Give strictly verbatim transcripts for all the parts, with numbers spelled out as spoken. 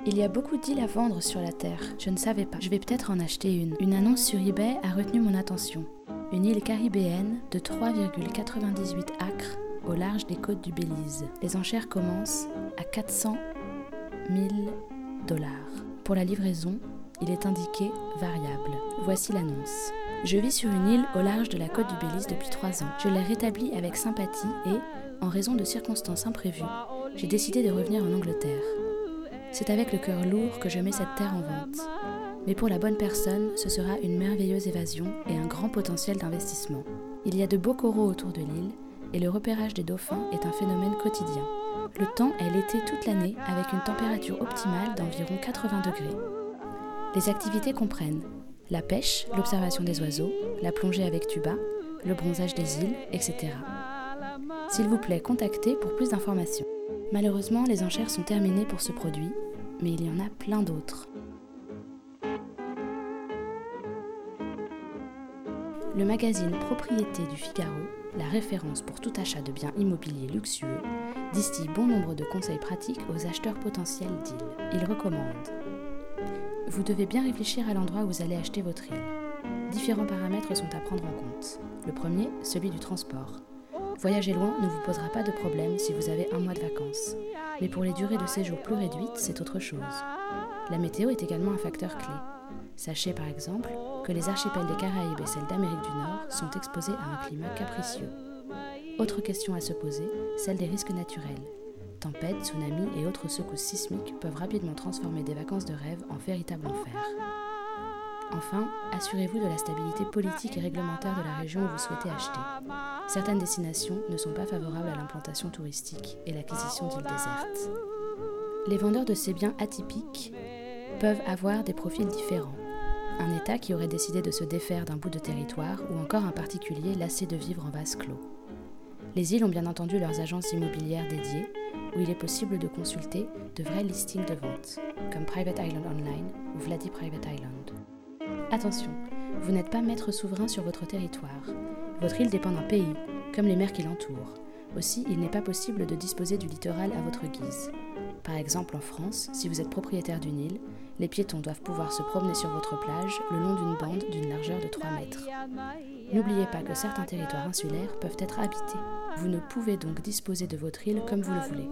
Il y a beaucoup d'îles à vendre sur la Terre. Je ne savais pas. Je vais peut-être en acheter une. Une annonce sur eBay a retenu mon attention. Une île caribéenne de trois virgule quatre-vingt-dix-huit acres au large des côtes du Belize. Les enchères commencent à quatre cent mille dollars. Pour la livraison, il est indiqué variable. Voici l'annonce. Je vis sur une île au large de la côte du Belize depuis trois ans. Je l'ai rétablie avec sympathie et, en raison de circonstances imprévues, j'ai décidé de revenir en Angleterre. C'est avec le cœur lourd que je mets cette terre en vente. Mais pour la bonne personne, ce sera une merveilleuse évasion et un grand potentiel d'investissement. Il y a de beaux coraux autour de l'île et le repérage des dauphins est un phénomène quotidien. Le temps est l'été toute l'année avec une température optimale d'environ quatre-vingts degrés. Les activités comprennent la pêche, l'observation des oiseaux, la plongée avec tuba, le bronzage des îles, et cetera. S'il vous plaît, contactez pour plus d'informations. Malheureusement, les enchères sont terminées pour ce produit, mais il y en a plein d'autres. Le magazine Propriété du Figaro, la référence pour tout achat de biens immobiliers luxueux, distille bon nombre de conseils pratiques aux acheteurs potentiels d'îles. Il recommande: vous devez bien réfléchir à l'endroit où vous allez acheter votre île. Différents paramètres sont à prendre en compte. Le premier, celui du transport. Voyager loin ne vous posera pas de problème si vous avez un mois de vacances. Mais pour les durées de séjour plus réduites, c'est autre chose. La météo est également un facteur clé. Sachez par exemple que les archipels des Caraïbes et celles d'Amérique du Nord sont exposés à un climat capricieux. Autre question à se poser, celle des risques naturels. Tempêtes, tsunamis et autres secousses sismiques peuvent rapidement transformer des vacances de rêve en véritable enfer. Enfin, assurez-vous de la stabilité politique et réglementaire de la région où vous souhaitez acheter. Certaines destinations ne sont pas favorables à l'implantation touristique et l'acquisition d'îles désertes. Les vendeurs de ces biens atypiques peuvent avoir des profils différents. Un État qui aurait décidé de se défaire d'un bout de territoire ou encore un particulier lassé de vivre en vase clos. Les îles ont bien entendu leurs agences immobilières dédiées où il est possible de consulter de vrais listings de vente, comme Private Island Online ou Vladi Private Island. Attention, vous n'êtes pas maître souverain sur votre territoire. Votre île dépend d'un pays, comme les mers qui l'entourent. Aussi, il n'est pas possible de disposer du littoral à votre guise. Par exemple, en France, si vous êtes propriétaire d'une île, les piétons doivent pouvoir se promener sur votre plage le long d'une bande d'une largeur de trois mètres. N'oubliez pas que certains territoires insulaires peuvent être habités. Vous ne pouvez donc disposer de votre île comme vous le voulez.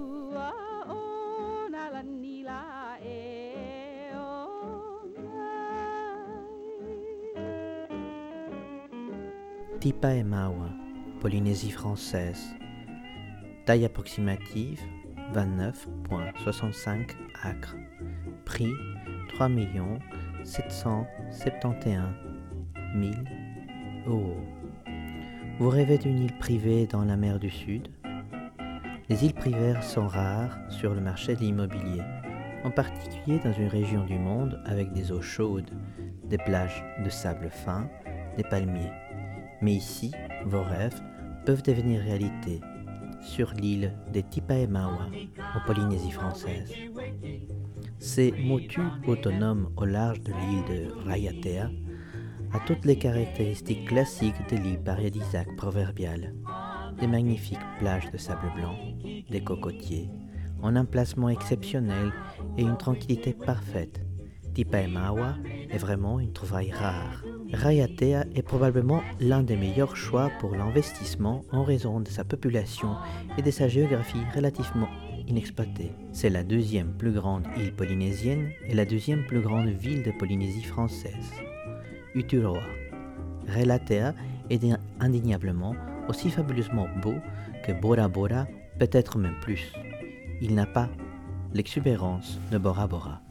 Tipaemawa, Polynésie française. Taille approximative, vingt-neuf virgule soixante-cinq acres. Prix, trois millions sept cent soixante et onze mille euros. Vous rêvez d'une île privée dans la mer du Sud? Les îles privées sont rares sur le marché de l'immobilier, en particulier dans une région du monde avec des eaux chaudes, des plages de sable fin, des palmiers. Mais ici, vos rêves peuvent devenir réalité, sur l'île de Tipaemawa, en Polynésie française. C'est motu autonome au large de l'île de Raiatea, a toutes les caractéristiques classiques de l'île paradisiaque proverbiale. Des magnifiques plages de sable blanc, des cocotiers, un emplacement exceptionnel et une tranquillité parfaite. Tipaemawa est vraiment une trouvaille rare. Raiatea est probablement l'un des meilleurs choix pour l'investissement en raison de sa population et de sa géographie relativement inexploitée. C'est la deuxième plus grande île polynésienne et la deuxième plus grande ville de Polynésie française. Uturoa. Raiatea est indéniablement aussi fabuleusement beau que Bora Bora, peut-être même plus. Il n'a pas l'exubérance de Bora Bora.